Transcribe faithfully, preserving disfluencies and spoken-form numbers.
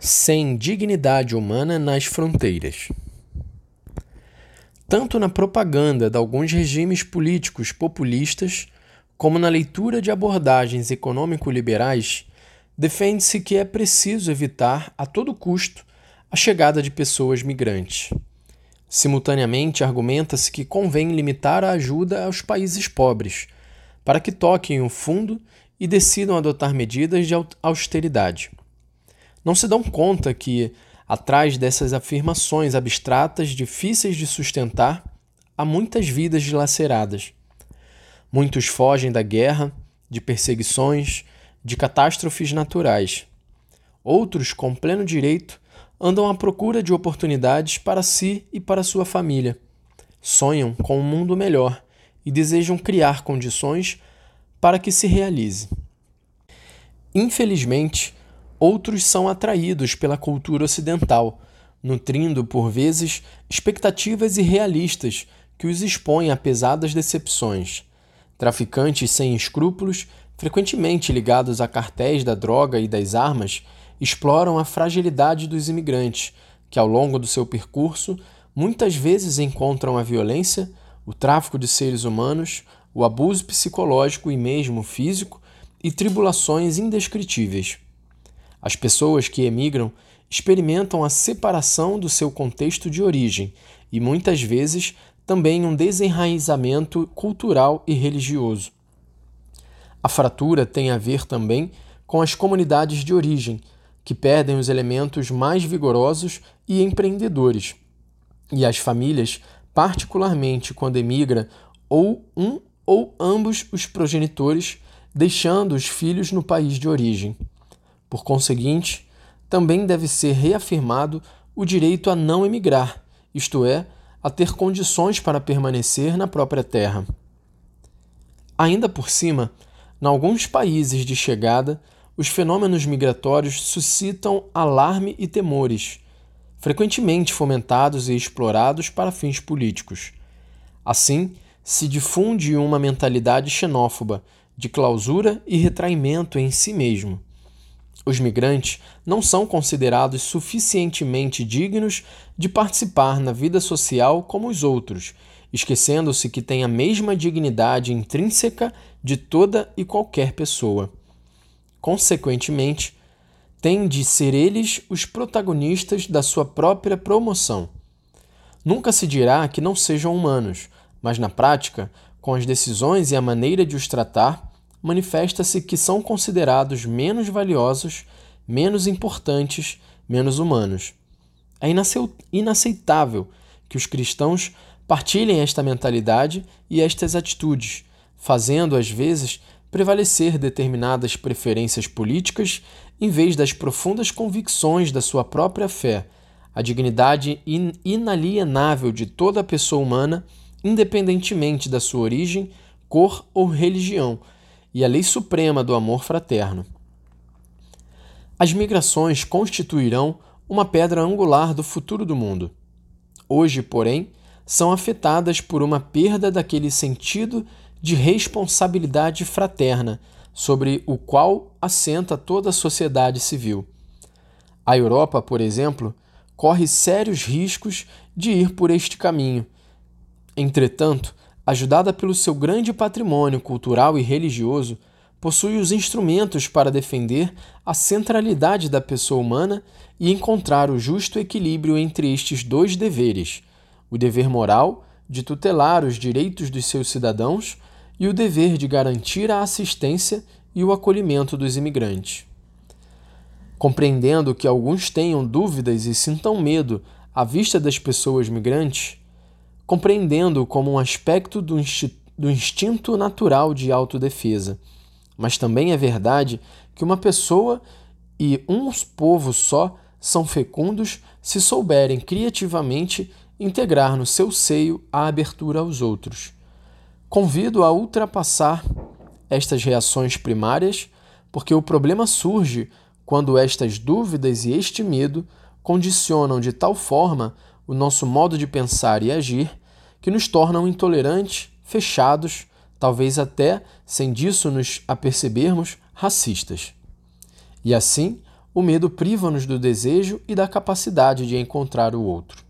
sem dignidade humana nas fronteiras. Tanto na propaganda de alguns regimes políticos populistas, como na leitura de abordagens econômico-liberais, defende-se que é preciso evitar, a todo custo, a chegada de pessoas migrantes. Simultaneamente, argumenta-se que convém limitar a ajuda aos países pobres, para que toquem o fundo e decidam adotar medidas de austeridade. Não se dão conta que, atrás dessas afirmações abstratas difíceis de sustentar, há muitas vidas dilaceradas. Muitos fogem da guerra, de perseguições, de catástrofes naturais. Outros, com pleno direito, andam à procura de oportunidades para si e para sua família. Sonham com um mundo melhor e desejam criar condições para que se realize. Infelizmente, outros são atraídos pela cultura ocidental, nutrindo, por vezes, expectativas irrealistas que os expõem a pesadas decepções. Traficantes sem escrúpulos, frequentemente ligados a cartéis da droga e das armas, exploram a fragilidade dos imigrantes, que ao longo do seu percurso muitas vezes encontram a violência, o tráfico de seres humanos, o abuso psicológico e mesmo físico e tribulações indescritíveis. As pessoas que emigram experimentam a separação do seu contexto de origem e muitas vezes também um desenraizamento cultural e religioso. A fratura tem a ver também com as comunidades de origem, que perdem os elementos mais vigorosos e empreendedores, e as famílias, particularmente quando emigra ou um ou ambos os progenitores, deixando os filhos no país de origem. Por conseguinte, também deve ser reafirmado o direito a não emigrar, isto é, a ter condições para permanecer na própria terra. Ainda por cima, em alguns países de chegada, os fenômenos migratórios suscitam alarme e temores, frequentemente fomentados e explorados para fins políticos. Assim, se difunde uma mentalidade xenófoba, de clausura e retraimento em si mesmo. Os migrantes não são considerados suficientemente dignos de participar na vida social como os outros, esquecendo-se que têm a mesma dignidade intrínseca de toda e qualquer pessoa. Consequentemente, têm de ser eles os protagonistas da sua própria promoção. Nunca se dirá que não sejam humanos, mas na prática, com as decisões e a maneira de os tratar, manifesta-se que são considerados menos valiosos, menos importantes, menos humanos. É inaceitável que os cristãos partilhem esta mentalidade e estas atitudes, fazendo, às vezes, prevalecer determinadas preferências políticas em vez das profundas convicções da sua própria fé, a dignidade in- inalienável de toda a pessoa humana, independentemente da sua origem, cor ou religião, e a lei suprema do amor fraterno. As migrações constituirão uma pedra angular do futuro do mundo. Hoje, porém, são afetadas por uma perda daquele sentido de responsabilidade fraterna sobre o qual assenta toda a sociedade civil. A Europa, por exemplo, corre sérios riscos de ir por este caminho. Entretanto, ajudada pelo seu grande patrimônio cultural e religioso, possui os instrumentos para defender a centralidade da pessoa humana e encontrar o justo equilíbrio entre estes dois deveres, o dever moral de tutelar os direitos dos seus cidadãos e o dever de garantir a assistência e o acolhimento dos imigrantes. Compreendendo que alguns tenham dúvidas e sintam medo à vista das pessoas migrantes, compreendendo como um aspecto do, insti- do instinto natural de autodefesa. Mas também é verdade que uma pessoa e um povo só são fecundos se souberem criativamente integrar no seu seio a abertura aos outros. Convido a ultrapassar estas reações primárias, porque o problema surge quando estas dúvidas e este medo condicionam de tal forma o nosso modo de pensar e agir que nos tornam intolerantes, fechados, talvez até, sem disso nos apercebermos, racistas. E assim, o medo priva-nos do desejo e da capacidade de encontrar o outro.